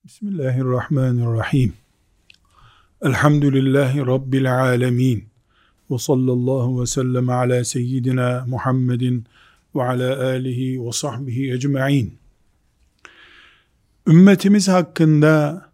Bismillahirrahmanirrahim. Elhamdülillahi Rabbil alemin. Ve sallallahu ve sellem ala seyyidina Muhammedin ve ala alihi ve sahbihi ecma'in. Ümmetimiz hakkında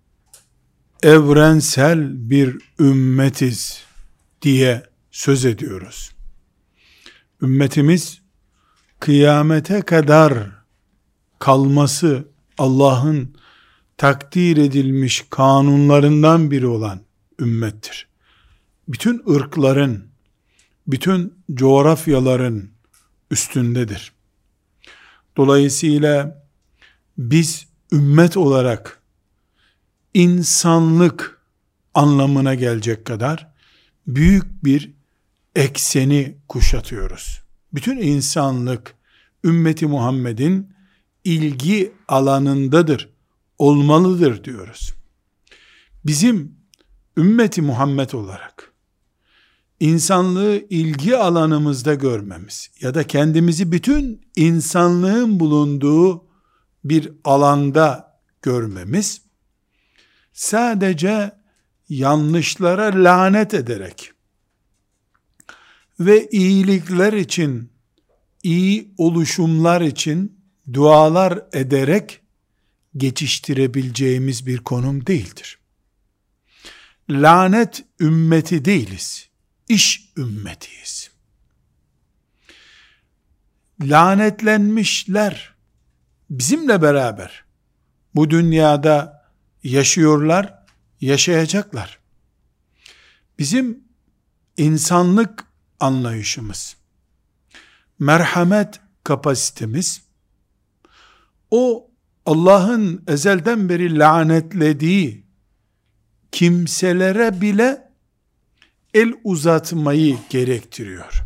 evrensel bir ümmetiz diye söz ediyoruz. Ümmetimiz kıyamete kadar kalması Allah'ın takdir edilmiş kanunlarından biri olan ümmettir. Bütün ırkların, bütün coğrafyaların üstündedir. Dolayısıyla biz ümmet olarak insanlık anlamına gelecek kadar büyük bir ekseni kuşatıyoruz. Bütün insanlık ümmeti Muhammed'in ilgi alanındadır, olmalıdır diyoruz. Bizim ümmeti Muhammed olarak insanlığı ilgi alanımızda görmemiz ya da kendimizi bütün insanlığın bulunduğu bir alanda görmemiz sadece yanlışlara lanet ederek ve iyilikler için, iyi oluşumlar için dualar ederek geçiştirebileceğimiz bir konum değildir. Lanet ümmeti değiliz. İş ümmetiyiz. Lanetlenmişler bizimle beraber bu dünyada yaşıyorlar, yaşayacaklar. Bizim insanlık anlayışımız, merhamet kapasitemiz, o Allah'ın ezelden beri lanetlediği kimselere bile el uzatmayı gerektiriyor.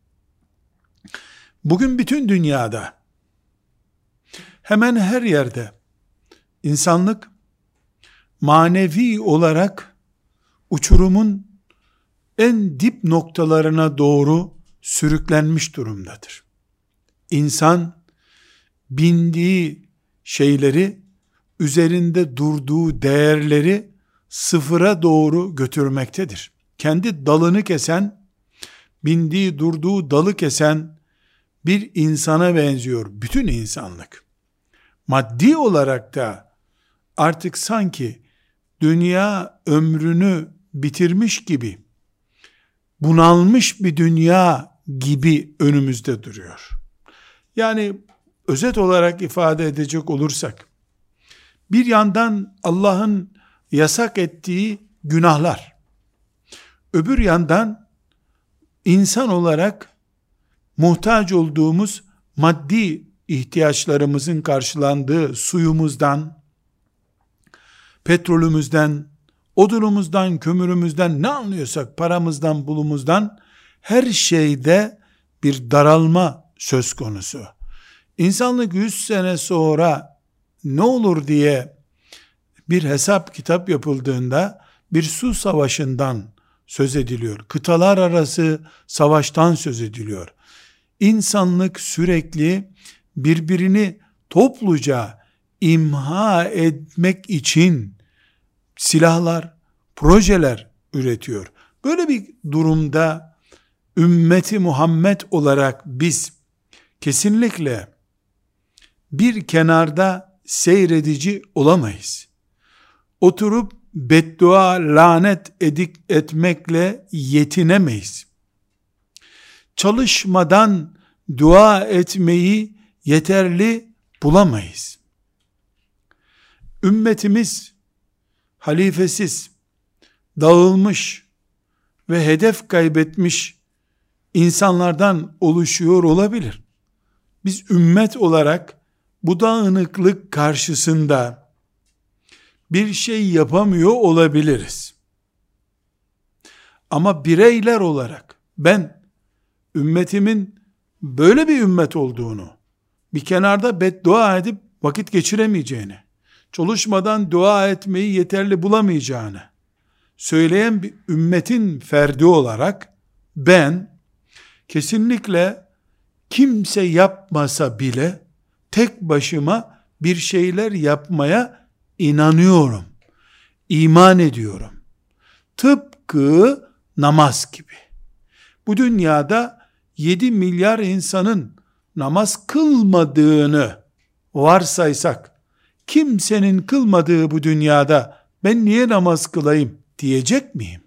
Bugün bütün dünyada, hemen her yerde insanlık manevi olarak uçurumun en dip noktalarına doğru sürüklenmiş durumdadır. İnsan bindiği şeyleri, üzerinde durduğu değerleri sıfıra doğru götürmektedir. Kendi dalını kesen, bindiği durduğu dalı kesen bir insana benziyor bütün insanlık. Maddi olarak da artık sanki dünya ömrünü bitirmiş gibi, bunalmış bir dünya gibi önümüzde duruyor. Yani özet olarak ifade edecek olursak, bir yandan Allah'ın yasak ettiği günahlar, öbür yandan insan olarak muhtaç olduğumuz maddi ihtiyaçlarımızın karşılandığı suyumuzdan, petrolümüzden, odunumuzdan, kömürümüzden, ne anlıyorsak paramızdan, pulumuzdan, her şeyde bir daralma söz konusu. İnsanlık 100 sene sonra ne olur diye bir hesap kitap yapıldığında bir su savaşından söz ediliyor. Kıtalar arası savaştan söz ediliyor. İnsanlık sürekli birbirini topluca imha etmek için silahlar, projeler üretiyor. Böyle bir durumda ümmeti Muhammed olarak biz kesinlikle bir kenarda seyredici olamayız. Oturup beddua, lanet etmekle yetinemeyiz. Çalışmadan dua etmeyi yeterli bulamayız. Ümmetimiz halifesiz, dağılmış ve hedef kaybetmiş insanlardan oluşuyor olabilir. Biz ümmet olarak bu dağınıklık karşısında bir şey yapamıyor olabiliriz. Ama bireyler olarak ben ümmetimin böyle bir ümmet olduğunu, bir kenarda beddua edip vakit geçiremeyeceğini, çalışmadan dua etmeyi yeterli bulamayacağını söyleyen bir ümmetin ferdi olarak ben kesinlikle kimse yapmasa bile tek başıma bir şeyler yapmaya inanıyorum, iman ediyorum. Tıpkı namaz gibi. Bu dünyada 7 milyar insanın namaz kılmadığını varsaysak, kimsenin kılmadığı bu dünyada ben niye namaz kılayım diyecek miyim?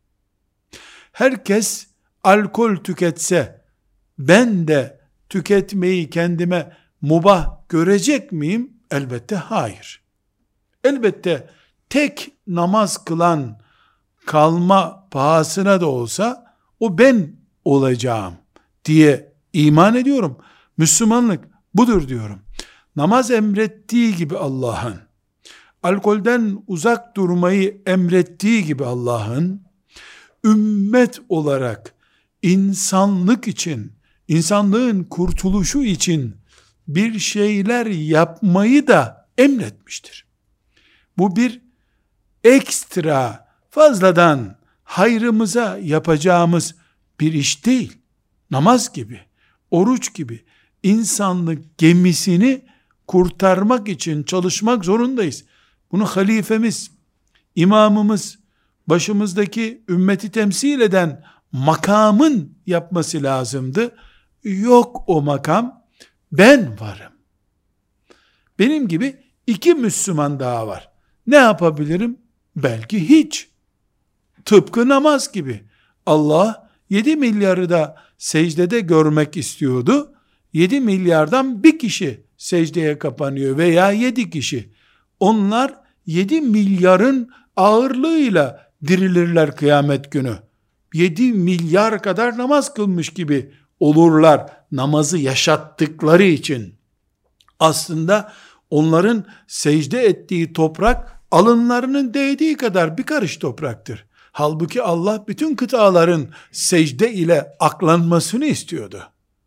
Herkes alkol tüketse, ben de tüketmeyi kendime mubah görecek miyim? Elbette hayır. Elbette tek namaz kılan kalma pahasına da olsa o ben olacağım diye iman ediyorum. Müslümanlık budur diyorum. Namaz emrettiği gibi Allah'ın, alkolden uzak durmayı emrettiği gibi Allah'ın, ümmet olarak insanlık için, insanlığın kurtuluşu için bir şeyler yapmayı da emretmiştir. Bu bir ekstra, fazladan hayrımıza yapacağımız bir iş değil. Namaz gibi, oruç gibi insanlık gemisini kurtarmak için çalışmak zorundayız. Bunu halifemiz, imamımız, başımızdaki ümmeti temsil eden makamın yapması lazımdı. Yok o makam, ben varım. Benim gibi 2 Müslüman daha var. Ne yapabilirim? Belki hiç. Tıpkı namaz gibi. Allah 7 milyarı da secdede görmek istiyordu. 7 milyardan bir kişi secdeye kapanıyor veya 7 kişi. Onlar 7 milyarın ağırlığıyla dirilirler kıyamet günü. 7 milyar kadar namaz kılmış gibi olurlar namazı yaşattıkları için. Aslında onların secde ettiği toprak alınlarının değdiği kadar bir karış topraktır. Halbuki Allah bütün kıtaların secde ile aklanmasını istiyordu.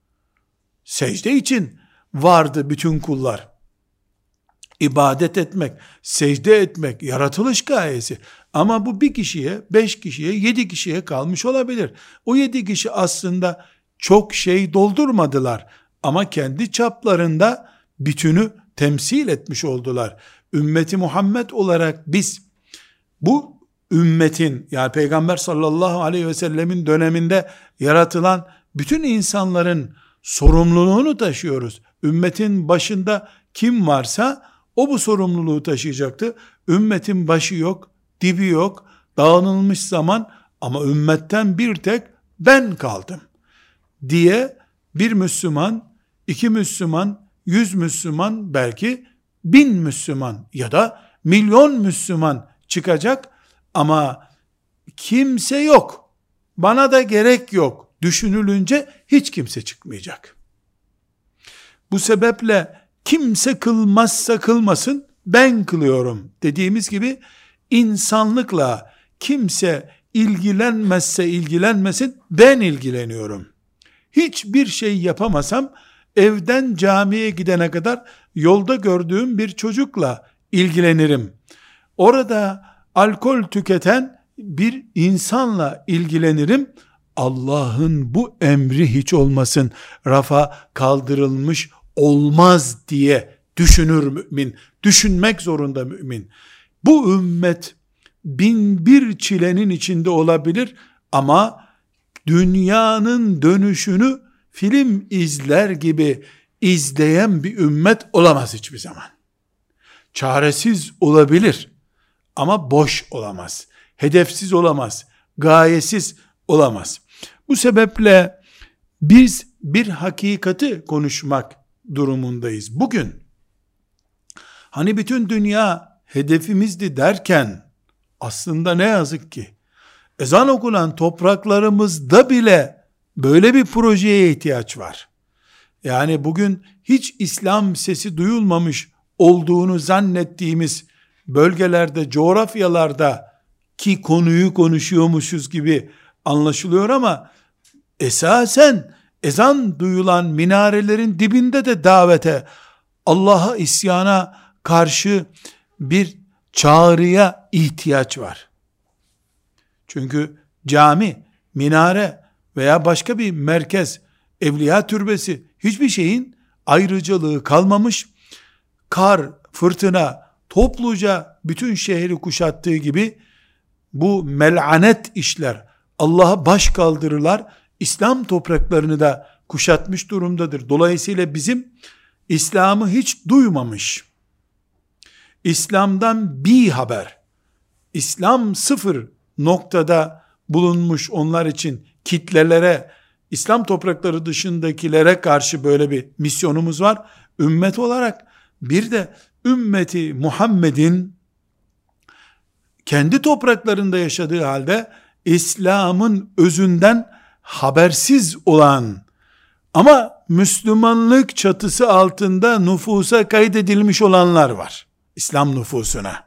Secde için vardı bütün kullar. İbadet etmek, secde etmek yaratılış gayesi. Ama bu bir kişiye, 5 kişiye, 7 kişiye kalmış olabilir. O 7 kişi aslında çok şey doldurmadılar. Ama kendi çaplarında bütünü temsil etmiş oldular. Ümmeti Muhammed olarak biz bu ümmetin, yani Peygamber sallallahu aleyhi ve sellemin döneminde yaratılan bütün insanların sorumluluğunu taşıyoruz. Ümmetin başında kim varsa o bu sorumluluğu taşıyacaktı. Ümmetin başı yok, dibi yok, dağınılmış zaman ama ümmetten bir tek ben kaldım diye bir Müslüman, 2 Müslüman, 100 Müslüman, belki 1000 Müslüman ya da milyon Müslüman çıkacak ama kimse yok, bana da gerek yok düşünülünce hiç kimse çıkmayacak. Bu sebeple kimse kılmazsa kılmasın, ben kılıyorum dediğimiz gibi insanlıkla kimse ilgilenmezse ilgilenmesin, ben ilgileniyorum. Hiçbir şey yapamasam evden camiye gidene kadar yolda gördüğüm bir çocukla ilgilenirim. Orada alkol tüketen bir insanla ilgilenirim. Allah'ın bu emri hiç olmasın rafa kaldırılmış olmaz diye düşünür mümin. Düşünmek zorunda mümin. Bu ümmet 1001 çilenin içinde olabilir ama dünyanın dönüşünü film izler gibi izleyen bir ümmet olamaz hiçbir zaman. Çaresiz olabilir ama boş olamaz. Hedefsiz olamaz. Gayesiz olamaz. Bu sebeple biz bir hakikati konuşmak durumundayız. Bugün hani bütün dünya hedefimizdi derken aslında ne yazık ki ezan okunan topraklarımızda bile böyle bir projeye ihtiyaç var. Yani bugün hiç İslam sesi duyulmamış olduğunu zannettiğimiz bölgelerde, coğrafyalarda ki konuyu konuşuyormuşuz gibi anlaşılıyor ama esasen ezan duyulan minarelerin dibinde de davete, Allah'a isyana karşı bir çağrıya ihtiyaç var. Çünkü cami, minare veya başka bir merkez, evliya türbesi, hiçbir şeyin ayrıcalığı kalmamış. Kar, fırtına, topluca bütün şehri kuşattığı gibi bu melanet işler, Allah'a baş kaldırırlar, İslam topraklarını da kuşatmış durumdadır. Dolayısıyla bizim İslam'ı hiç duymamış, İslam'dan bir haber, İslam sıfır noktada bulunmuş onlar için kitlelere, İslam toprakları dışındakilere karşı böyle bir misyonumuz var. Ümmet olarak bir de ümmeti Muhammed'in kendi topraklarında yaşadığı halde İslam'ın özünden habersiz olan ama Müslümanlık çatısı altında nüfusa kaydedilmiş olanlar var. İslam nüfusuna.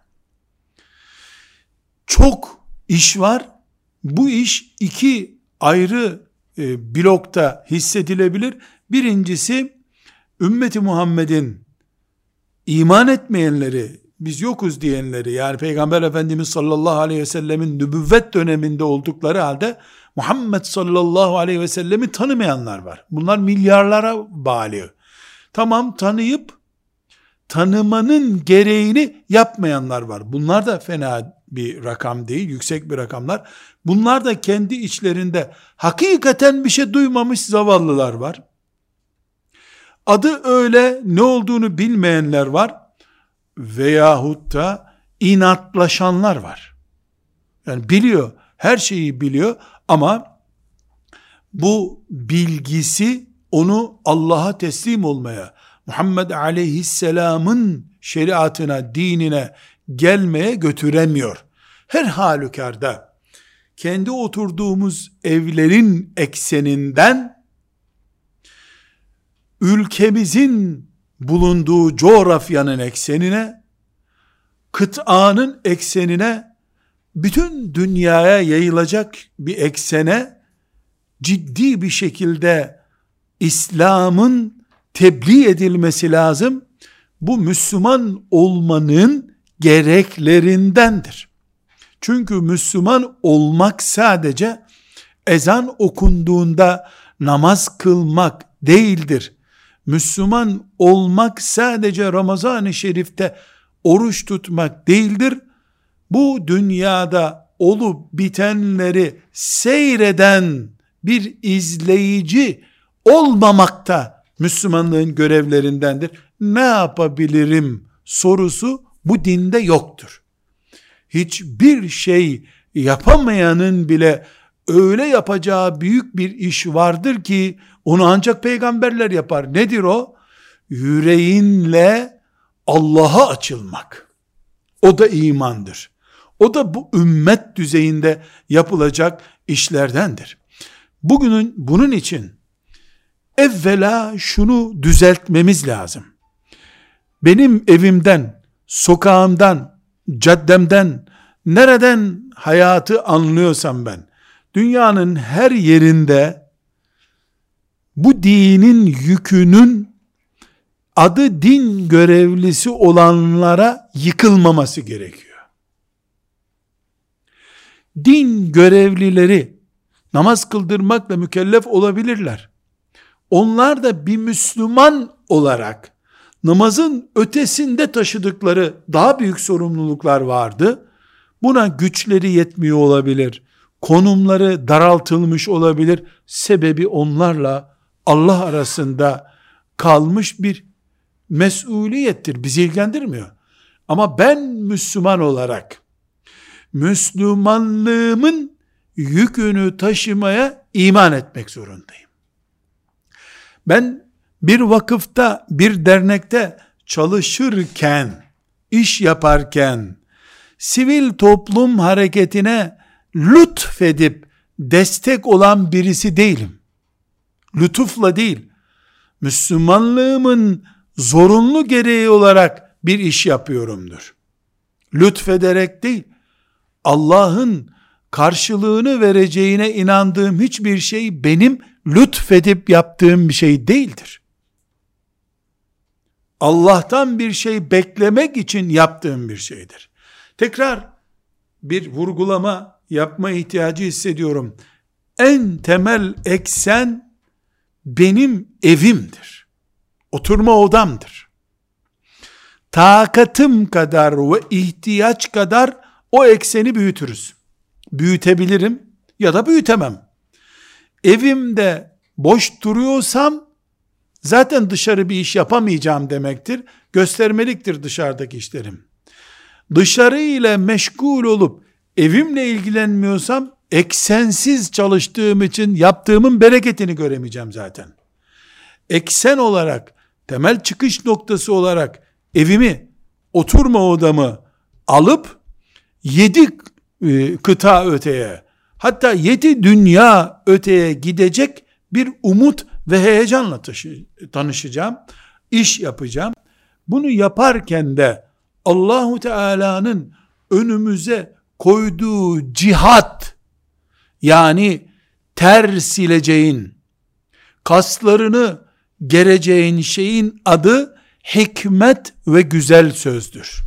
Çok iş var. Bu iş iki ayrı blokta hissedilebilir. Birincisi, ümmeti Muhammed'in iman etmeyenleri, biz yokuz diyenleri, yani Peygamber Efendimiz sallallahu aleyhi ve sellemin nübüvvet döneminde oldukları halde Muhammed sallallahu aleyhi ve sellemi tanımayanlar var. Bunlar milyarlara bağlı. Tamam, tanıyıp tanımanın gereğini yapmayanlar var. Bunlar da fena bir rakam değil, yüksek bir rakamlar. Bunlar da kendi içlerinde hakikaten bir şey duymamış zavallılar var. Adı öyle, ne olduğunu bilmeyenler var. Veyahut da inatlaşanlar var. Yani biliyor, her şeyi biliyor ama bu bilgisi onu Allah'a teslim olmaya, Muhammed aleyhisselamın şeriatına, dinine gelmeye götüremiyor. Her halükarda kendi oturduğumuz evlerin ekseninden ülkemizin bulunduğu coğrafyanın eksenine, kıtanın eksenine, bütün dünyaya yayılacak bir eksene ciddi bir şekilde İslam'ın tebliğ edilmesi lazım. Bu Müslüman olmanın gereklerindendir. Çünkü Müslüman olmak sadece ezan okunduğunda namaz kılmak değildir. Müslüman olmak sadece Ramazan-ı Şerif'te oruç tutmak değildir. Bu dünyada olup bitenleri seyreden bir izleyici olmamak da Müslümanlığın görevlerindendir. Ne yapabilirim sorusu bu dinde yoktur. Hiçbir şey yapamayanın bile öyle yapacağı büyük bir iş vardır ki onu ancak peygamberler yapar. Nedir o? Yüreğinle Allah'a açılmak. O da imandır. O da bu ümmet düzeyinde yapılacak işlerdendir. Bunun için evvela şunu düzeltmemiz lazım. Benim evimden, sokağımdan, caddemden, nereden hayatı anlıyorsam ben, dünyanın her yerinde bu dinin yükünün adı din görevlisi olanlara yıkılmaması gerekiyor. Din görevlileri namaz kıldırmakla mükellef olabilirler. Onlar da bir Müslüman olarak namazın ötesinde taşıdıkları daha büyük sorumluluklar vardı. Buna güçleri yetmiyor olabilir. Konumları daraltılmış olabilir. Sebebi onlarla Allah arasında kalmış bir mesuliyettir. Bizi ilgilendirmiyor. Ama ben Müslüman olarak Müslümanlığımın yükünü taşımaya iman etmek zorundayım. Ben bir vakıfta, bir dernekte çalışırken, iş yaparken, sivil toplum hareketine lütfedip destek olan birisi değilim. Lütufla değil, Müslümanlığımın zorunlu gereği olarak bir iş yapıyorumdur. Lütfederek değil, Allah'ın karşılığını vereceğine inandığım hiçbir şey benim lütfedip yaptığım bir şey değildir. Allah'tan bir şey beklemek için yaptığım bir şeydir. Tekrar bir vurgulama yapma ihtiyacı hissediyorum. En temel eksen benim evimdir. Oturma odamdır. takatım kadar ve ihtiyaç kadar o ekseni büyütürüz. Büyütebilirim ya da büyütemem. Evimde boş duruyorsam zaten dışarı bir iş yapamayacağım demektir. Göstermeliktir dışarıdaki işlerim. Dışarı ile meşgul olup evimle ilgilenmiyorsam eksensiz çalıştığım için yaptığımın bereketini göremeyeceğim zaten. Eksen olarak, temel çıkış noktası olarak evimi, oturma odamı alıp 7 kıta öteye, hatta 7 dünya öteye gidecek bir umut ve heyecanla tanışacağım, iş yapacağım. Bunu yaparken de Allahu Teala'nın önümüze koyduğu cihat, yani ter sileceğin, kaslarını gereceğin şeyin adı hikmet ve güzel sözdür.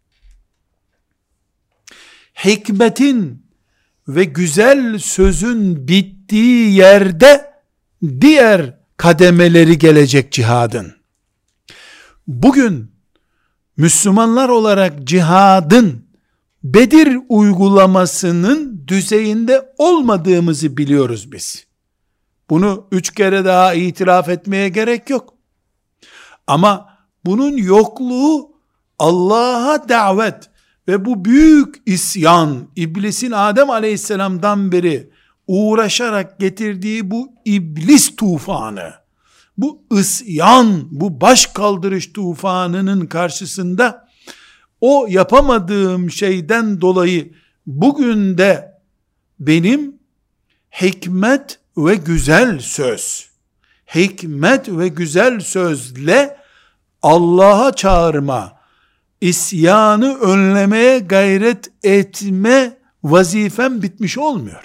Hikmetin ve güzel sözün bittiği yerde diğer kademeleri gelecek cihadın. Bugün Müslümanlar olarak cihadın Bedir uygulamasının düzeyinde olmadığımızı biliyoruz biz. Bunu 3 kere daha itiraf etmeye gerek yok. Ama bunun yokluğu Allah'a davet ve bu büyük isyan, iblisin Adem aleyhisselamdan beri uğraşarak getirdiği bu iblis tufanı, bu isyan, bu baş kaldırış tufanının karşısında o yapamadığım şeyden dolayı bugün de benim hikmet ve güzel söz, hikmet ve güzel sözle Allah'a çağırma, isyanı önlemeye gayret etme vazifem bitmiş olmuyor.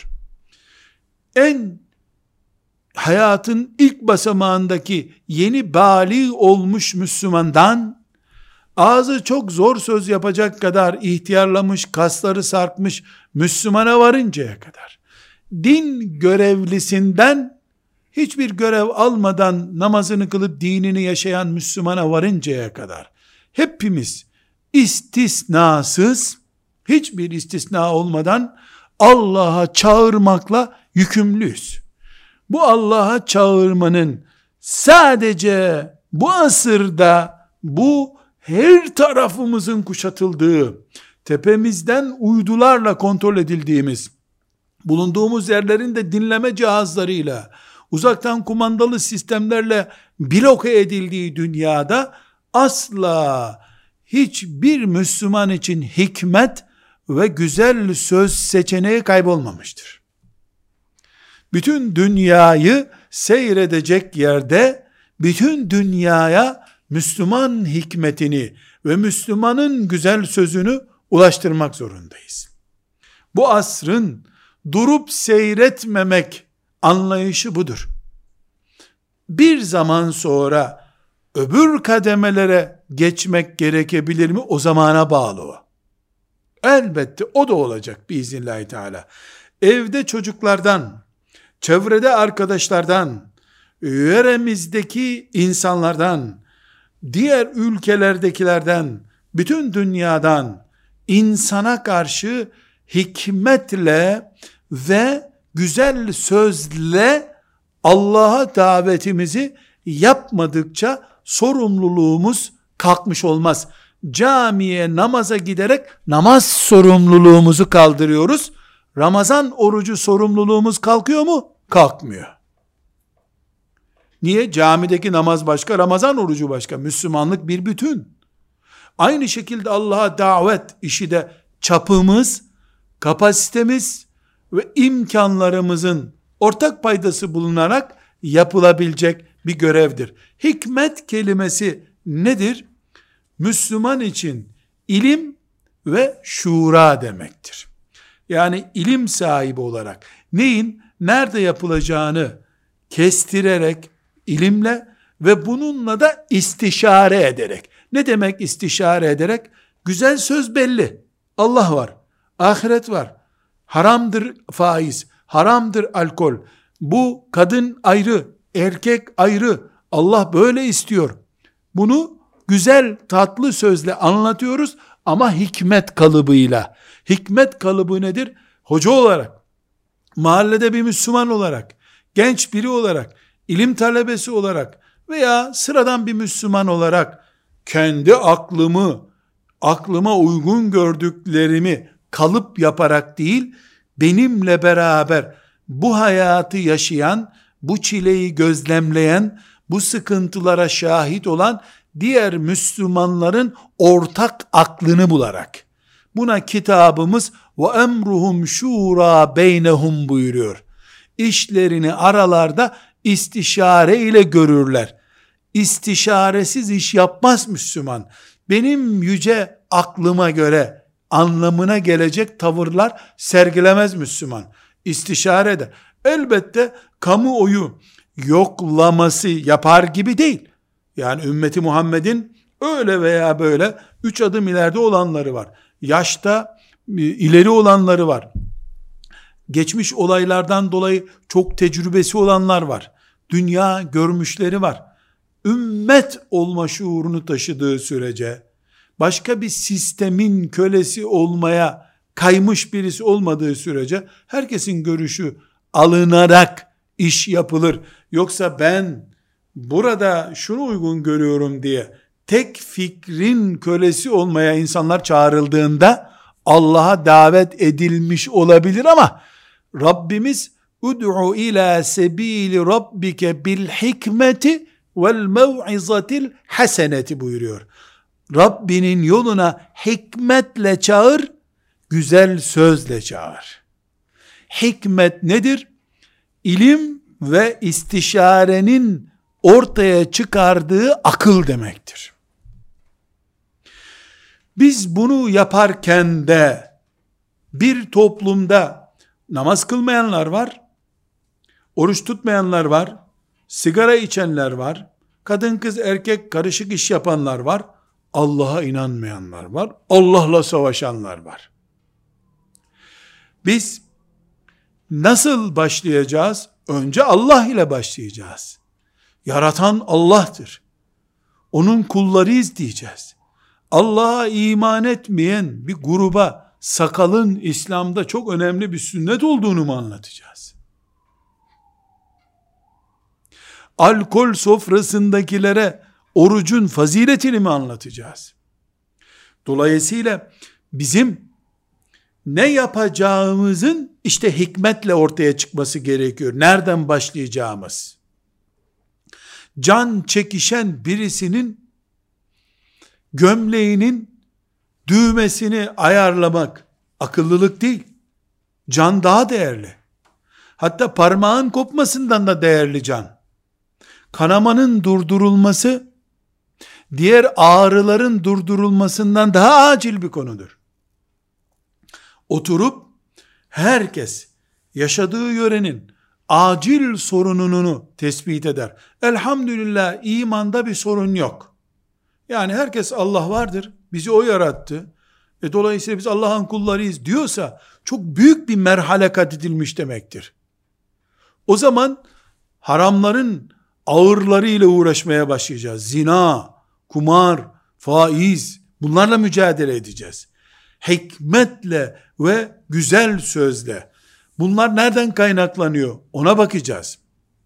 Hayatın ilk basamağındaki yeni bâli olmuş Müslümandan, ağzı çok zor söz yapacak kadar ihtiyarlamış, kasları sarkmış Müslümana varıncaya kadar, din görevlisinden hiçbir görev almadan namazını kılıp dinini yaşayan Müslümana varıncaya kadar, hepimiz istisnasız, hiçbir istisna olmadan Allah'a çağırmakla yükümlüyüz. Bu Allah'a çağırmanın sadece bu asırda, bu her tarafımızın kuşatıldığı, tepemizden uydularla kontrol edildiğimiz, bulunduğumuz yerlerin de dinleme cihazlarıyla, uzaktan kumandalı sistemlerle bloke edildiği dünyada asla hiçbir Müslüman için hikmet ve güzel söz seçeneği kaybolmamıştır. Bütün dünyayı seyredecek yerde, bütün dünyaya Müslüman hikmetini ve Müslümanın güzel sözünü ulaştırmak zorundayız. Bu asrın durup seyretmemek anlayışı budur. Bir zaman sonra öbür kademelere geçmek gerekebilir mi? O zamana bağlı o. Elbette o da olacak biiznillahü teala. Evde çocuklardan, çevrede arkadaşlardan, yöremizdeki insanlardan, diğer ülkelerdekilerden, bütün dünyadan insana karşı hikmetle ve güzel sözle Allah'a davetimizi yapmadıkça sorumluluğumuz kalkmış olmaz. Camiye namaza giderek namaz sorumluluğumuzu kaldırıyoruz. Ramazan orucu sorumluluğumuz kalkıyor mu? Kalkmıyor. Niye? Camideki namaz başka, Ramazan orucu başka. Müslümanlık bir bütün. Aynı şekilde Allah'a davet işi de çapımız, kapasitemiz ve imkanlarımızın ortak paydası bulunarak yapılabilecek bir görevdir. Hikmet kelimesi nedir? Müslüman için ilim ve şura demektir. Yani ilim sahibi olarak neyin nerede yapılacağını kestirerek, ilimle ve bununla da istişare ederek. Ne demek istişare ederek? Güzel söz belli. Allah var, ahiret var, haramdır faiz, haramdır alkol, bu kadın ayrı, erkek ayrı, Allah böyle istiyor. Bunu güzel tatlı sözle anlatıyoruz ama hikmet kalıbıyla. Hikmet kalıbı nedir? Hoca olarak, mahallede bir Müslüman olarak, genç biri olarak, ilim talebesi olarak veya sıradan bir Müslüman olarak kendi aklıma uygun gördüklerimi kalıp yaparak değil, benimle beraber bu hayatı yaşayan, bu çileyi gözlemleyen, bu sıkıntılara şahit olan diğer Müslümanların ortak aklını bularak. Buna kitabımız ve emruhum şura beynehum buyuruyor. İşlerini aralarda istişare ile görürler. İstişaresiz iş yapmaz Müslüman. Benim yüce aklıma göre anlamına gelecek tavırlar sergilemez Müslüman. İstişare eder. Elbette kamuoyu yoklaması yapar gibi değil. Yani ümmeti Muhammed'in öyle veya böyle 3 adım ileride olanları var. Yaşta ileri olanları var. Geçmiş olaylardan dolayı çok tecrübesi olanlar var. Dünya görmüşleri var. Ümmet olma şuurunu taşıdığı sürece, başka bir sistemin kölesi olmaya kaymış birisi olmadığı sürece, herkesin görüşü alınarak iş yapılır. Yoksa ben burada şunu uygun görüyorum diye tek fikrin kölesi olmaya insanlar çağrıldığında Allah'a davet edilmiş olabilir ama Rabbimiz ud'u ila sebili rabbike bil hikmeti vel mev'izatil haseneti buyuruyor. Rabbinin yoluna hikmetle çağır, güzel sözle çağır. Hikmet nedir? İlim ve istişarenin ortaya çıkardığı akıl demektir. Biz bunu yaparken de bir toplumda namaz kılmayanlar var, oruç tutmayanlar var, sigara içenler var, kadın kız erkek karışık iş yapanlar var, Allah'a inanmayanlar var, Allah'la savaşanlar var. Biz nasıl başlayacağız? Önce Allah ile başlayacağız. Yaratan Allah'tır. Onun kullarıyız diyeceğiz. Allah'a iman etmeyen bir gruba sakalın İslam'da çok önemli bir sünnet olduğunu mu anlatacağız? Alkol sofrasındakilere orucun faziletini mi anlatacağız? Dolayısıyla bizim ne yapacağımızın işte hikmetle ortaya çıkması gerekiyor. Nereden başlayacağımız? Can çekişen birisinin gömleğinin düğmesini ayarlamak akıllılık değil. Can daha değerli. Hatta parmağın kopmasından da değerli can. Kanamanın durdurulması diğer ağrıların durdurulmasından daha acil bir konudur. Oturup herkes yaşadığı yörenin acil sorununu tespit eder. Elhamdülillah imanda bir sorun yok. Yani herkes Allah vardır, bizi o yarattı. Dolayısıyla biz Allah'ın kullarıyız diyorsa çok büyük bir merhale kat edilmiş demektir. O zaman haramların ağırlarıyla uğraşmaya başlayacağız. Zina, kumar, faiz, bunlarla mücadele edeceğiz. Hikmetle ve güzel sözle. Bunlar nereden kaynaklanıyor? Ona bakacağız.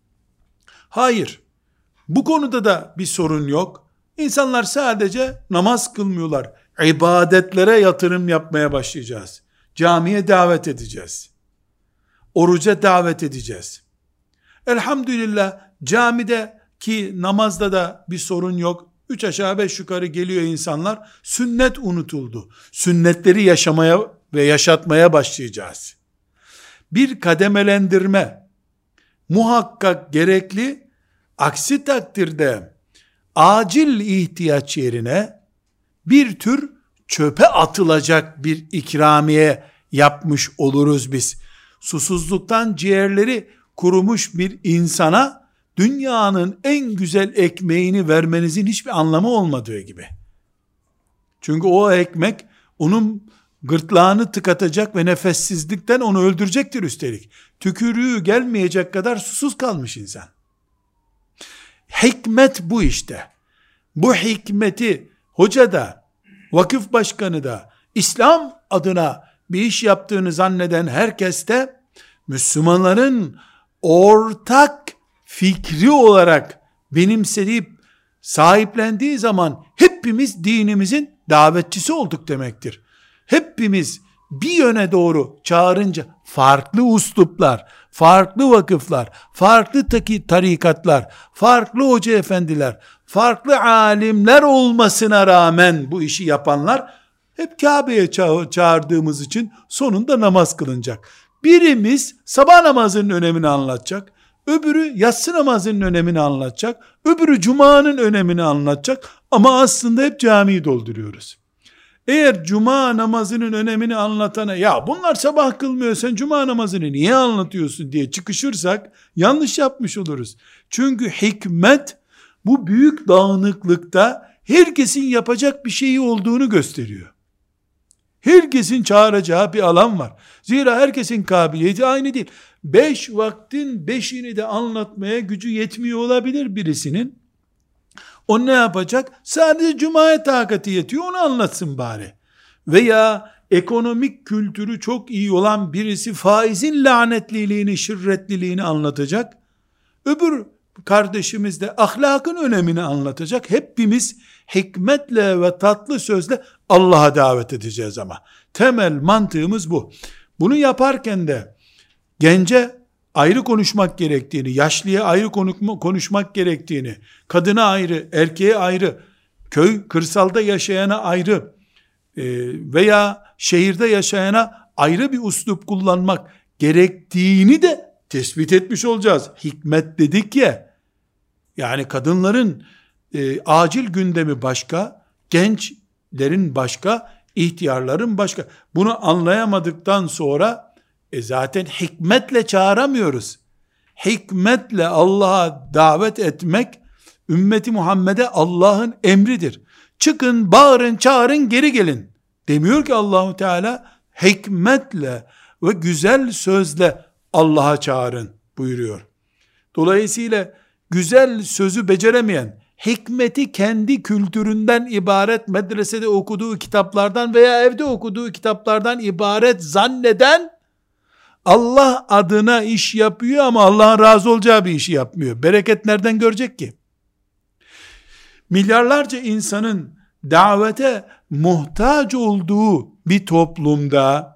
Hayır, bu konuda da bir sorun yok. İnsanlar sadece namaz kılmıyorlar. İbadetlere yatırım yapmaya başlayacağız. Camiye davet edeceğiz. Oruca davet edeceğiz. Elhamdülillah camide ki namazda da bir sorun yok. 3 aşağı 5 yukarı geliyor insanlar. Sünnet unutuldu. Sünnetleri yaşamaya ve yaşatmaya başlayacağız. Bir kademelendirme muhakkak gerekli. Aksi takdirde acil ihtiyaç yerine bir tür çöpe atılacak bir ikramiye yapmış oluruz biz. Susuzluktan ciğerleri kurumuş bir insana dünyanın en güzel ekmeğini vermenizin hiçbir anlamı olmadığı gibi. Çünkü o ekmek onun gırtlağını tıkatacak ve nefessizlikten onu öldürecektir üstelik. Tükürüğü gelmeyecek kadar susuz kalmış insan. Hikmet bu işte. bu hikmeti hoca da, vakıf başkanı da, İslam adına bir iş yaptığını zanneden herkes de Müslümanların ortak fikri olarak benimseyip sahiplendiği zaman hepimiz dinimizin davetçisi olduk demektir. Hepimiz bir yöne doğru çağırınca farklı usluplar, farklı vakıflar, farklı tarikatlar, farklı hoca efendiler, farklı alimler olmasına rağmen bu işi yapanlar hep Kabe'ye çağırdığımız için sonunda namaz kılınacak. Birimiz sabah namazının önemini anlatacak, öbürü yatsı namazının önemini anlatacak, öbürü cumanın önemini anlatacak ama aslında hep camiyi dolduruyoruz. Eğer cuma namazının önemini anlatana, ya bunlar sabah kılmıyor sen cuma namazını niye anlatıyorsun diye çıkışırsak yanlış yapmış oluruz. Çünkü hikmet bu büyük dağınıklıkta herkesin yapacak bir şeyi olduğunu gösteriyor. Herkesin çağıracağı bir alan var. Zira herkesin kabiliyeti aynı değil. 5 vaktin 5'ini de anlatmaya gücü yetmiyor olabilir birisinin. O ne yapacak? Sadece cumaya takati yetiyor, onu anlatsın bari. Veya ekonomik kültürü çok iyi olan birisi faizin lanetliliğini, şirretliliğini anlatacak. Öbür kardeşimiz de ahlakın önemini anlatacak. Hepimiz hikmetle ve tatlı sözle Allah'a davet edeceğiz ama. Temel mantığımız bu. Bunu yaparken de gence ayrı konuşmak gerektiğini, yaşlıya ayrı konuşmak gerektiğini, kadına ayrı, erkeğe ayrı, köy, kırsalda yaşayana ayrı veya şehirde yaşayana ayrı bir üslup kullanmak gerektiğini de tespit etmiş olacağız. Hikmet dedik ya, yani kadınların acil gündemi başka, gençlerin başka, ihtiyarların başka. Bunu anlayamadıktan sonra zaten hikmetle çağıramıyoruz. Hikmetle Allah'a davet etmek, ümmeti Muhammed'e Allah'ın emridir. Çıkın, bağırın, çağırın, geri gelin. Demiyor ki Allahu Teala, hikmetle ve güzel sözle Allah'a çağırın buyuruyor. Dolayısıyla güzel sözü beceremeyen, hikmeti kendi kültüründen ibaret, medresede okuduğu kitaplardan veya evde okuduğu kitaplardan ibaret zanneden, Allah adına iş yapıyor ama Allah'ın razı olacağı bir işi yapmıyor. Bereket nereden görecek ki? Milyarlarca insanın davete muhtaç olduğu bir toplumda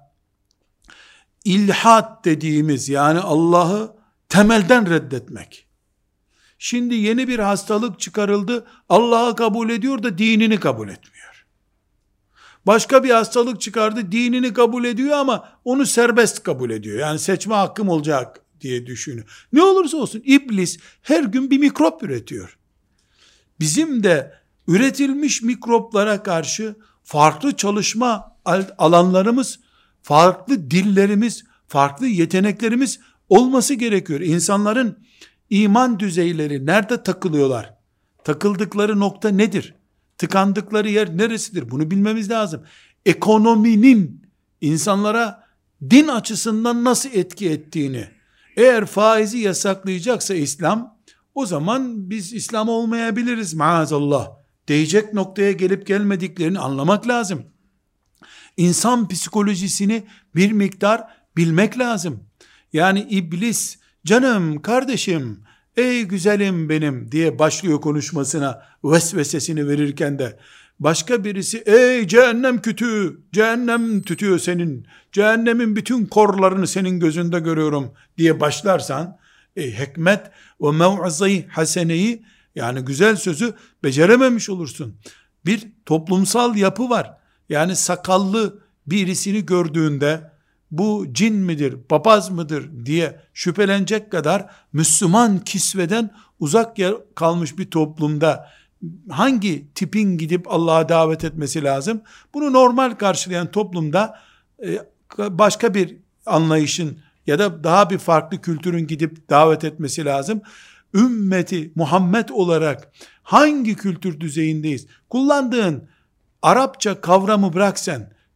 ilhat dediğimiz, yani Allah'ı temelden reddetmek. Şimdi yeni bir hastalık çıkarıldı. Allah'ı kabul ediyor da dinini kabul etmiyor. Başka bir hastalık çıkardı. Dinini kabul ediyor ama onu serbest kabul ediyor. Yani seçme hakkım olacak diye düşünüyor. Ne olursa olsun iblis her gün bir mikrop üretiyor. Bizim de üretilmiş mikroplara karşı farklı çalışma alanlarımız, farklı dillerimiz, farklı yeteneklerimiz olması gerekiyor. İnsanların iman düzeyleri nerede takılıyorlar? Takıldıkları nokta nedir? Tıkandıkları yer neresidir? Bunu bilmemiz lazım. Ekonominin insanlara din açısından nasıl etki ettiğini, eğer faizi yasaklayacaksa İslam, o zaman biz İslam olmayabiliriz maazallah diyecek noktaya gelip gelmediklerini anlamak lazım. İnsan psikolojisini bir miktar bilmek lazım. Yani iblis, canım kardeşim, ey güzelim benim diye başlıyor konuşmasına, vesvesesini verirken de başka birisi, ey cehennem kütüğü, cehennem tütüyor senin, cehennemin bütün korlarını senin gözünde görüyorum diye başlarsan, hikmet ve mev'izayı haseneyi, yani güzel sözü becerememiş olursun. Bir toplumsal yapı var. Yani sakallı birisini gördüğünde bu cin midir, papaz mıdır diye şüphelenecek kadar Müslüman kisveden uzak kalmış bir toplumda hangi tipin gidip Allah'a davet etmesi lazım? Bunu normal karşılayan toplumda başka bir anlayışın ya da daha bir farklı kültürün gidip davet etmesi lazım. Ümmeti Muhammed olarak hangi kültür düzeyindeyiz? Kullandığın Arapça kavramı bırak sen,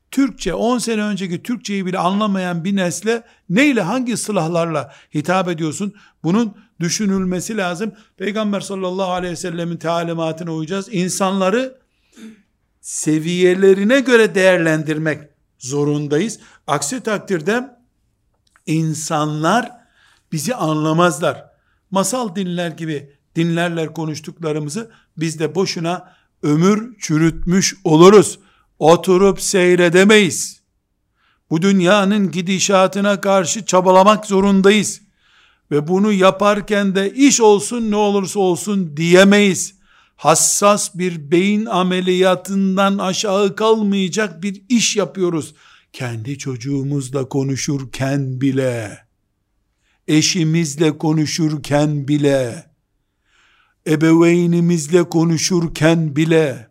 Türkçe, 10 sene önceki Türkçeyi bile anlamayan bir nesle neyle, hangi silahlarla hitap ediyorsun? Bunun düşünülmesi lazım. Peygamber sallallahu aleyhi ve sellemin talimatına uyacağız. İnsanları seviyelerine göre değerlendirmek zorundayız. Aksi takdirde insanlar bizi anlamazlar. Masal dinler gibi dinlerler konuştuklarımızı, biz de boşuna ömür çürütmüş oluruz. Oturup seyredemeyiz. Bu dünyanın gidişatına karşı çabalamak zorundayız. Ve bunu yaparken de iş olsun ne olursa olsun diyemeyiz. Hassas bir beyin ameliyatından aşağı kalmayacak bir iş yapıyoruz. Kendi çocuğumuzla konuşurken bile, eşimizle konuşurken bile, ebeveynimizle konuşurken bile,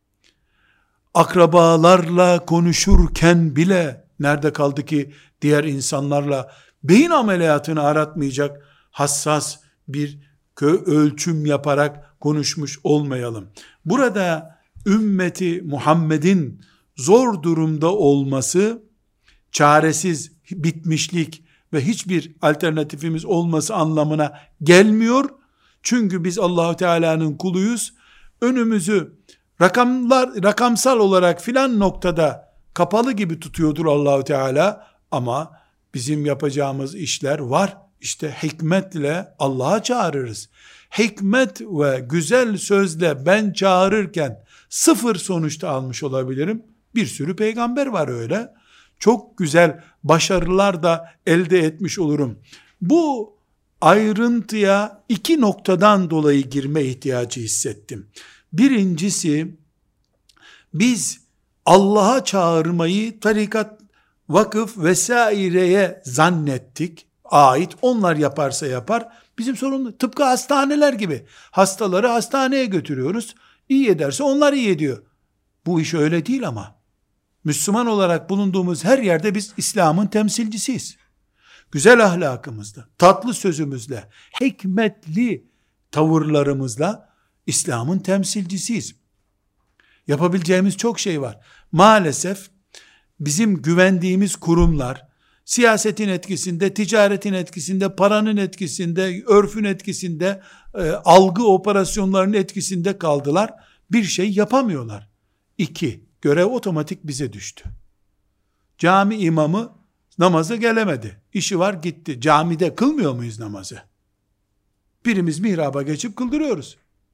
akrabalarla konuşurken bile, nerede kaldı ki diğer insanlarla beyin ameliyatını aratmayacak hassas bir ölçüm yaparak konuşmuş olmayalım. Burada ümmeti Muhammed'in zor durumda olması, çaresiz, bitmişlik ve hiçbir alternatifimiz olması anlamına gelmiyor. Çünkü biz Allahu Teala'nın kuluyuz. Önümüzü rakamsal olarak filan noktada kapalı gibi tutuyordur Allahu Teala, ama bizim yapacağımız işler var. İşte hikmetle Allah'a çağırırız. Hikmet ve güzel sözle ben çağırırken sıfır sonuçta almış olabilirim. Bir sürü peygamber var öyle. Çok güzel başarılar da elde etmiş olurum. Bu ayrıntıya iki noktadan dolayı girme ihtiyacı hissettim. Birincisi, biz Allah'a çağırmayı tarikat, vakıf vesaireye zannettik. Ait, onlar yaparsa yapar. Bizim sorumlu. Tıpkı hastaneler gibi. Hastaları hastaneye götürüyoruz. İyi ederse onlar iyi ediyor. Bu iş öyle değil ama. Müslüman olarak bulunduğumuz her yerde biz İslam'ın temsilcisiyiz. Güzel ahlakımızla, tatlı sözümüzle, hikmetli tavırlarımızla İslam'ın temsilcisiyiz. Yapabileceğimiz çok şey var. Maalesef bizim güvendiğimiz kurumlar, siyasetin etkisinde, ticaretin etkisinde, paranın etkisinde, örfün etkisinde, algı operasyonlarının etkisinde kaldılar. Bir şey yapamıyorlar. 2, görev otomatik bize düştü. Cami imamı namaza gelemedi. İşi var gitti. Camide kılmıyor muyuz namazı? Birimiz mihraba geçip kıldırıyoruz.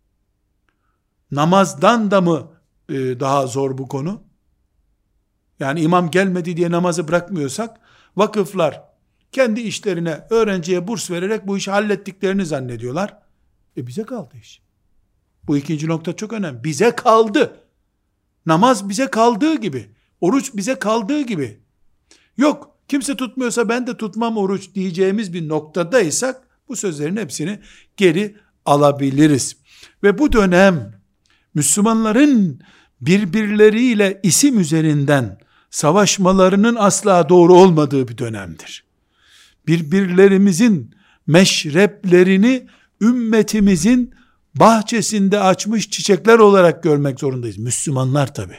Namazdan da mı daha zor bu konu? Yani imam gelmedi diye namazı bırakmıyorsak, vakıflar kendi işlerine öğrenciye burs vererek bu işi hallettiklerini zannediyorlar. Bize kaldı iş. Bu ikinci nokta çok önemli. Bize kaldı. Namaz bize kaldığı gibi, oruç bize kaldığı gibi. Yok, kimse tutmuyorsa ben de tutmam oruç diyeceğimiz bir noktadaysak, bu sözlerin hepsini geri alabiliriz. Ve bu dönem Müslümanların birbirleriyle isim üzerinden savaşmalarının asla doğru olmadığı bir dönemdir. Birbirlerimizin meşreplerini ümmetimizin bahçesinde açmış çiçekler olarak görmek zorundayız. Müslümanlar tabi.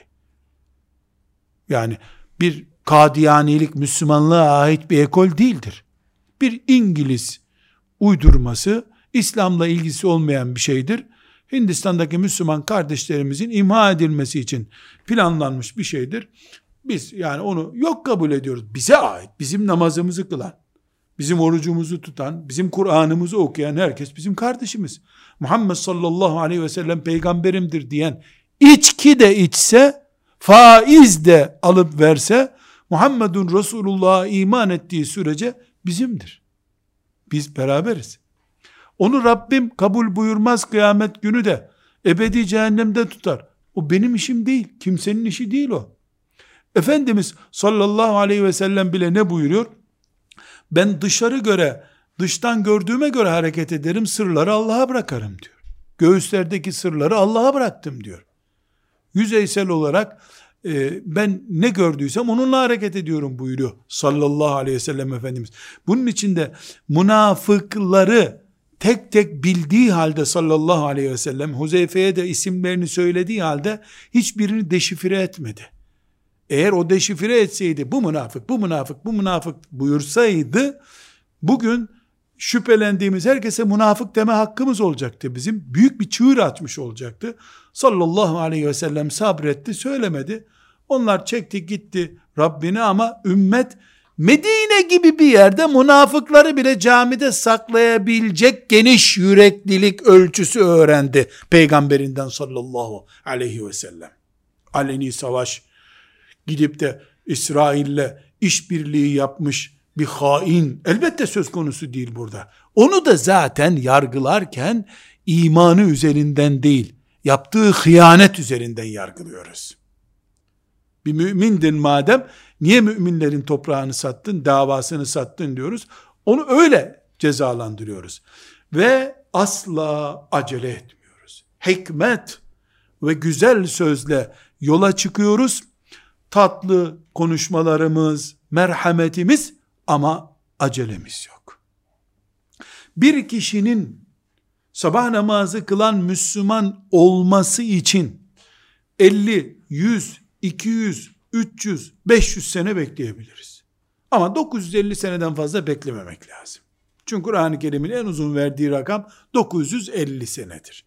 Yani bir Kadiyanilik Müslümanlığa ait bir ekol değildir. Bir İngiliz uydurması, İslam'la ilgisi olmayan bir şeydir. Hindistan'daki Müslüman kardeşlerimizin imha edilmesi için planlanmış bir şeydir. Biz yani onu yok kabul ediyoruz. Bize ait, bizim namazımızı kılan, bizim orucumuzu tutan, bizim Kur'an'ımızı okuyan herkes bizim kardeşimiz. Muhammed sallallahu aleyhi ve sellem peygamberimdir diyen, içki de içse, faiz de alıp verse, Muhammedun Resulullah'a iman ettiği sürece bizimdir. Biz beraberiz. Onu Rabbim kabul buyurmaz, kıyamet günü de ebedi cehennemde tutar. O benim işim değil, kimsenin işi değil o. Efendimiz sallallahu aleyhi ve sellem bile ne buyuruyor? Ben dıştan gördüğüme göre hareket ederim, sırları Allah'a bırakarım diyor. Göğüslerdeki sırları Allah'a bıraktım diyor. Yüzeysel olarak ben ne gördüysem onunla hareket ediyorum buyuruyor sallallahu aleyhi ve sellem Efendimiz. Bunun içinde münafıkları tek tek bildiği halde sallallahu aleyhi ve sellem, Huzeyfe'ye de isimlerini söylediği halde hiçbirini deşifre etmedi. eğer o deşifre etseydi, bu münafık, bu münafık, bu münafık buyursaydı, bugün şüphelendiğimiz herkese münafık deme hakkımız olacaktı bizim. Büyük bir çığır açmış olacaktı. Sallallahu aleyhi ve sellem sabretti, söylemedi. Onlar çekti gitti Rabbine, ama ümmet Medine gibi bir yerde münafıkları bile camide saklayabilecek geniş yüreklilik ölçüsü öğrendi peygamberinden sallallahu aleyhi ve sellem. Aleni savaş, gidip de İsrail'le işbirliği yapmış bir hain elbette söz konusu değil burada. Onu da zaten yargılarken imanı üzerinden değil, yaptığı hıyanet üzerinden yargılıyoruz. Bir mümindin madem, niye müminlerin toprağını sattın, davasını sattın diyoruz. Onu öyle cezalandırıyoruz. Ve asla acele etmiyoruz. Hikmet ve güzel sözle yola çıkıyoruz. Tatlı konuşmalarımız, merhametimiz, ama acelemiz yok. Bir kişinin sabah namazı kılan Müslüman olması için 50, 100, 200, 300, 500 sene bekleyebiliriz. Ama 950 seneden fazla beklememek lazım. Çünkü Kur'an-ı Kerim'in en uzun verdiği rakam 950 senedir.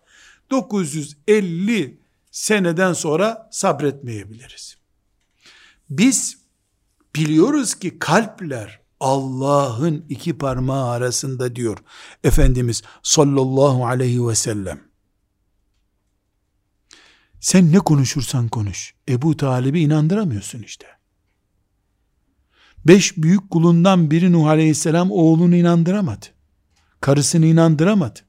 950 seneden sonra sabretmeyebiliriz. Biz biliyoruz ki kalpler Allah'ın iki parmağı arasında diyor Efendimiz sallallahu aleyhi ve sellem. Sen ne konuşursan konuş, Ebu Talib'i inandıramıyorsun işte. 5 büyük kulundan biri Nuh aleyhisselam oğlunu inandıramadı. Karısını inandıramadı.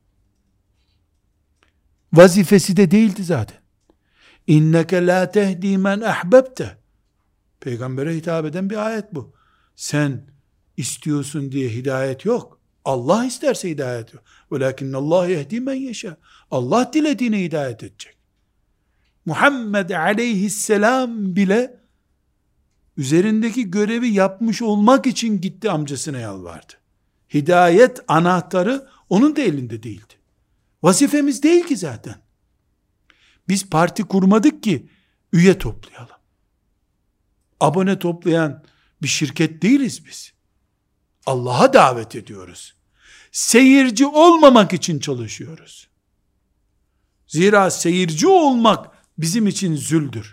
Vazifesi de değildi zaten. İnneke la tehdi men ahbebte. Peygambere hitap eden bir ayet bu. Sen istiyorsun diye hidayet yok. Allah isterse hidayet yok. Velakinnallah yehdi men yeşâ. Allah dilediğine hidayet edecek. Muhammed aleyhisselam bile üzerindeki görevi yapmış olmak için gitti amcasına yalvardı. Hidayet anahtarı onun da elinde değildi. Vazifemiz değil ki zaten. Biz parti kurmadık ki üye toplayalım. Abone toplayan bir şirket değiliz biz. Allah'a davet ediyoruz. Seyirci olmamak için çalışıyoruz. Zira seyirci olmak bizim için züldür.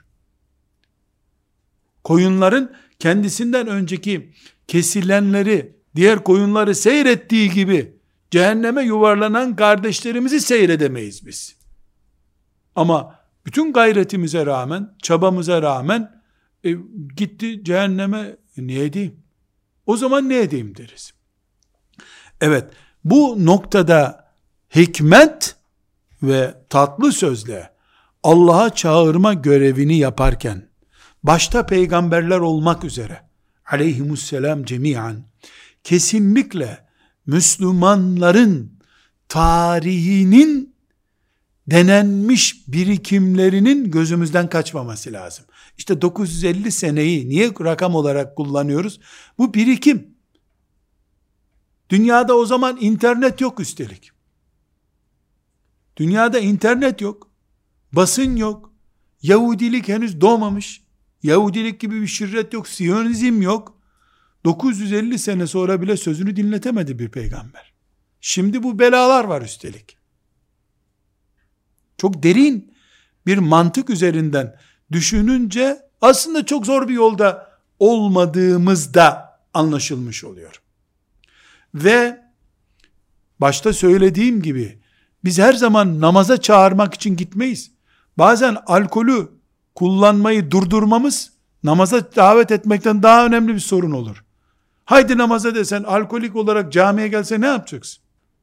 Koyunların kendisinden önceki kesilenleri, diğer koyunları seyrettiği gibi cehenneme yuvarlanan kardeşlerimizi seyredemeyiz biz. Ama bütün gayretimize rağmen, çabamıza rağmen gitti cehenneme, ne edeyim? O zaman ne edeyim deriz. Evet, bu noktada hikmet ve tatlı sözle Allah'a çağırma görevini yaparken, başta peygamberler olmak üzere aleyhimusselam cemiyan, kesinlikle Müslümanların tarihinin denenmiş birikimlerinin gözümüzden kaçmaması lazım. İşte 950 seneyi niye rakam olarak kullanıyoruz? Bu birikim. Dünyada o zaman internet yok üstelik. Dünyada internet yok. Basın yok. Yahudilik henüz doğmamış. Yahudilik gibi bir şirret yok. Siyonizm yok. 950 sene sonra bile sözünü dinletemedi bir peygamber. Şimdi bu belalar var üstelik. Çok derin bir mantık üzerinden düşününce aslında çok zor bir yolda olmadığımızda anlaşılmış oluyor. Ve başta söylediğim gibi biz her zaman namaza çağırmak için gitmeyiz. Bazen alkolü kullanmayı durdurmamız namaza davet etmekten daha önemli bir sorun olur. Haydi namaza desen, alkolik olarak camiye gelse ne yapacaksın?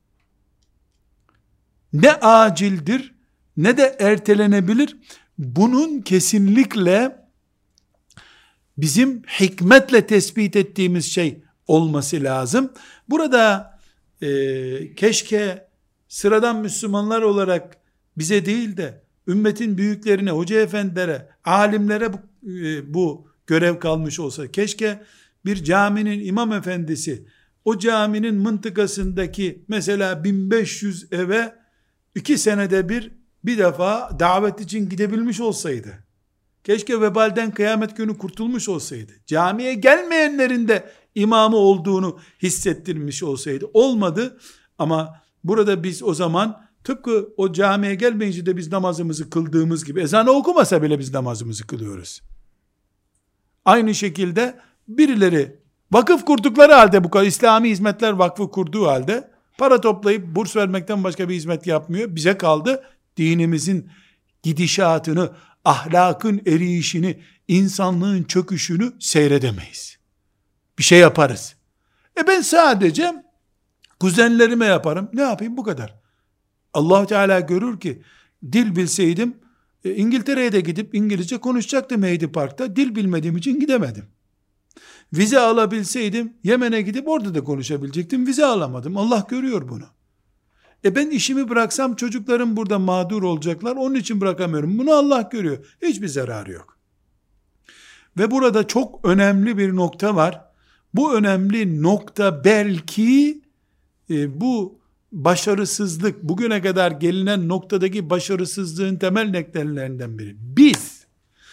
Ne acildir ne de ertelenebilir. Bunun kesinlikle bizim hikmetle tespit ettiğimiz şey olması lazım. Burada keşke sıradan Müslümanlar olarak bize değil de ümmetin büyüklerine, hoca efendilere, alimlere bu görev kalmış olsa, keşke bir caminin imam efendisi o caminin mıntıkasındaki mesela 1500 eve 2 senede bir defa davet için gidebilmiş olsaydı, Keşke vebalden kıyamet günü kurtulmuş olsaydı. Camiye gelmeyenlerin de imamı olduğunu hissettirmiş olsaydı. Olmadı ama burada biz o zaman tıpkı o camiye gelmeyince de biz namazımızı kıldığımız gibi, ezanı okumasa bile biz namazımızı kılıyoruz. Aynı şekilde birileri vakıf kurdukları halde, bu kadar İslami Hizmetler Vakfı kurduğu halde para toplayıp burs vermekten başka bir hizmet yapmıyor. Bize kaldı dinimizin gidişatını, ahlakın eriyişini, insanlığın çöküşünü seyredemeyiz. Bir şey yaparız. Ben sadece kuzenlerime yaparım. Ne yapayım, bu kadar. Allah Teala görür ki dil bilseydim İngiltere'ye de gidip İngilizce konuşacaktım Heidi Park'ta. Dil bilmediğim için gidemedim. Vize alabilseydim Yemen'e gidip orada da konuşabilecektim. Vize alamadım. Allah görüyor bunu. Ben işimi bıraksam çocuklarım burada mağdur olacaklar. Onun için bırakamıyorum. Bunu Allah görüyor. Hiçbir zararı yok. Ve burada çok önemli bir nokta var. Bu önemli nokta belki bu başarısızlık, bugüne kadar gelinen noktadaki başarısızlığın temel nedenlerinden biri. Biz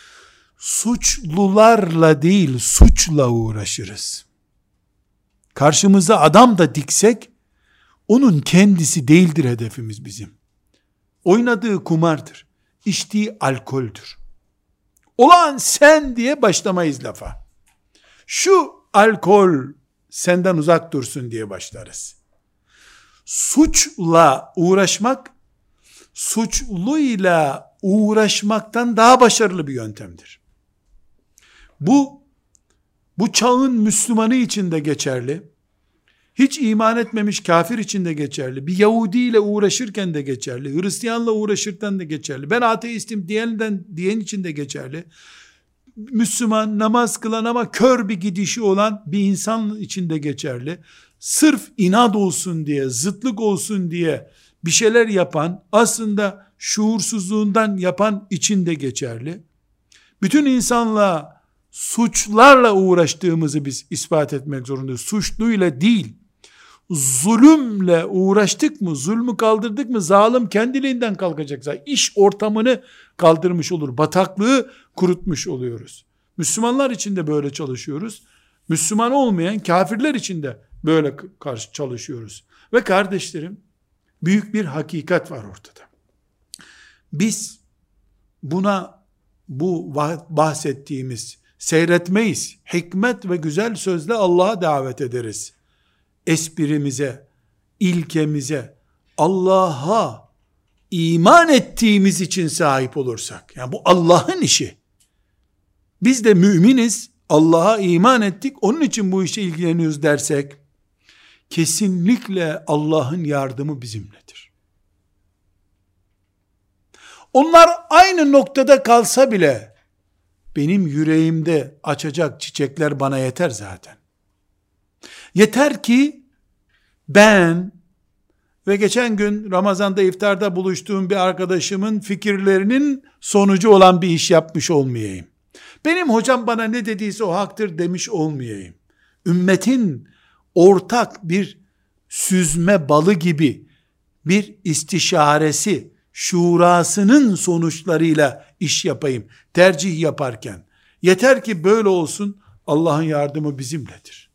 suçlularla değil, suçla uğraşırız. Karşımıza adam da diksek, onun kendisi değildir hedefimiz bizim. Oynadığı kumardır. İçtiği alkoldür. Olan sen diye başlamayız lafa. Şu alkol senden uzak dursun diye başlarız. Suçla uğraşmak, suçluyla uğraşmaktan daha başarılı bir yöntemdir. Bu çağın Müslümanı için de geçerli. Hiç iman etmemiş kafir için de geçerli. Bir Yahudi ile uğraşırken de geçerli. Hristiyanla uğraşırken de geçerli. Ben ateistim diyen için de geçerli. Müslüman, namaz kılan ama kör bir gidişi olan bir insan için de geçerli. Sırf inat olsun diye, zıtlık olsun diye bir şeyler yapan, aslında şuursuzluğundan yapan için de geçerli. Bütün insanla, suçlarla uğraştığımızı biz ispat etmek zorundayız. Suçluyla değil. Zulümle uğraştık mı, zulmü kaldırdık mı, zalim kendiliğinden kalkacaksa, iş ortamını kaldırmış olur, bataklığı kurutmuş oluyoruz. Müslümanlar için de böyle çalışıyoruz. Müslüman olmayan kafirler için de böyle karşı çalışıyoruz. Ve kardeşlerim, büyük bir hakikat var ortada. Biz buna, bu bahsettiğimiz seyretmeyiz. Hikmet ve güzel sözle Allah'a davet ederiz. Esprimize, ilkemize, Allah'a iman ettiğimiz için sahip olursak, yani bu Allah'ın işi. Biz de müminiz, Allah'a iman ettik, onun için bu işe ilgileniyoruz dersek, kesinlikle Allah'ın yardımı bizimledir. Onlar aynı noktada kalsa bile, benim yüreğimde açacak çiçekler bana yeter zaten. Yeter ki ben ve geçen gün Ramazan'da iftarda buluştuğum bir arkadaşımın fikirlerinin sonucu olan bir iş yapmış olmayayım. Benim hocam bana ne dediyse o haktır demiş olmayayım. Ümmetin ortak bir süzme balı gibi bir istişaresi, şurasının sonuçlarıyla iş yapayım, tercih yaparken. Yeter ki böyle olsun, Allah'ın yardımı bizimledir.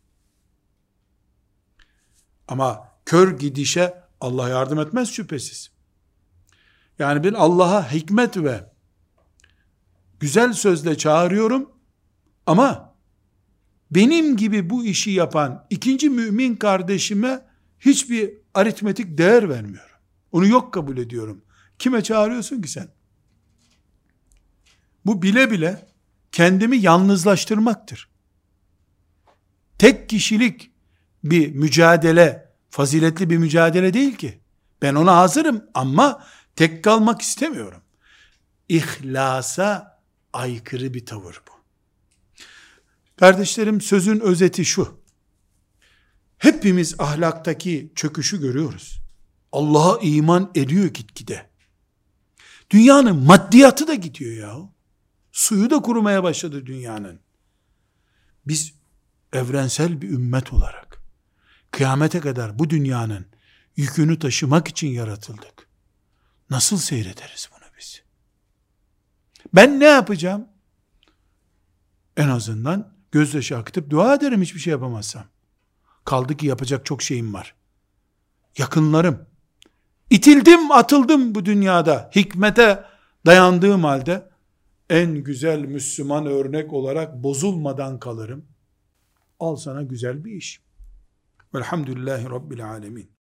Ama kör gidişe Allah yardım etmez şüphesiz. Yani ben Allah'a hikmet ve güzel sözle çağırıyorum ama benim gibi bu işi yapan ikinci mümin kardeşime hiçbir aritmetik değer vermiyorum. Onu yok kabul ediyorum. Kime çağırıyorsun ki sen? Bu bile bile kendimi yalnızlaştırmaktır. Tek kişilik bir mücadele, faziletli bir mücadele değil ki. Ben ona hazırım ama tek kalmak istemiyorum. İhlasa aykırı bir tavır bu. Kardeşlerim, sözün özeti şu. Hepimiz ahlaktaki çöküşü görüyoruz. Allah'a iman ediyor gitgide. Dünyanın maddiyatı da gidiyor ya. Suyu da kurumaya başladı dünyanın. Biz evrensel bir ümmet olarak kıyamete kadar bu dünyanın yükünü taşımak için yaratıldık. Nasıl seyrederiz bunu biz? Ben ne yapacağım? En azından gözyaşı akıtıp dua ederim hiçbir şey yapamazsam. Kaldı ki yapacak çok şeyim var. Yakınlarım. İtildim, atıldım bu dünyada. Hikmete dayandığım halde en güzel Müslüman örnek olarak bozulmadan kalırım. Al sana güzel bir iş. Velhamdülillahi Rabbil alemin.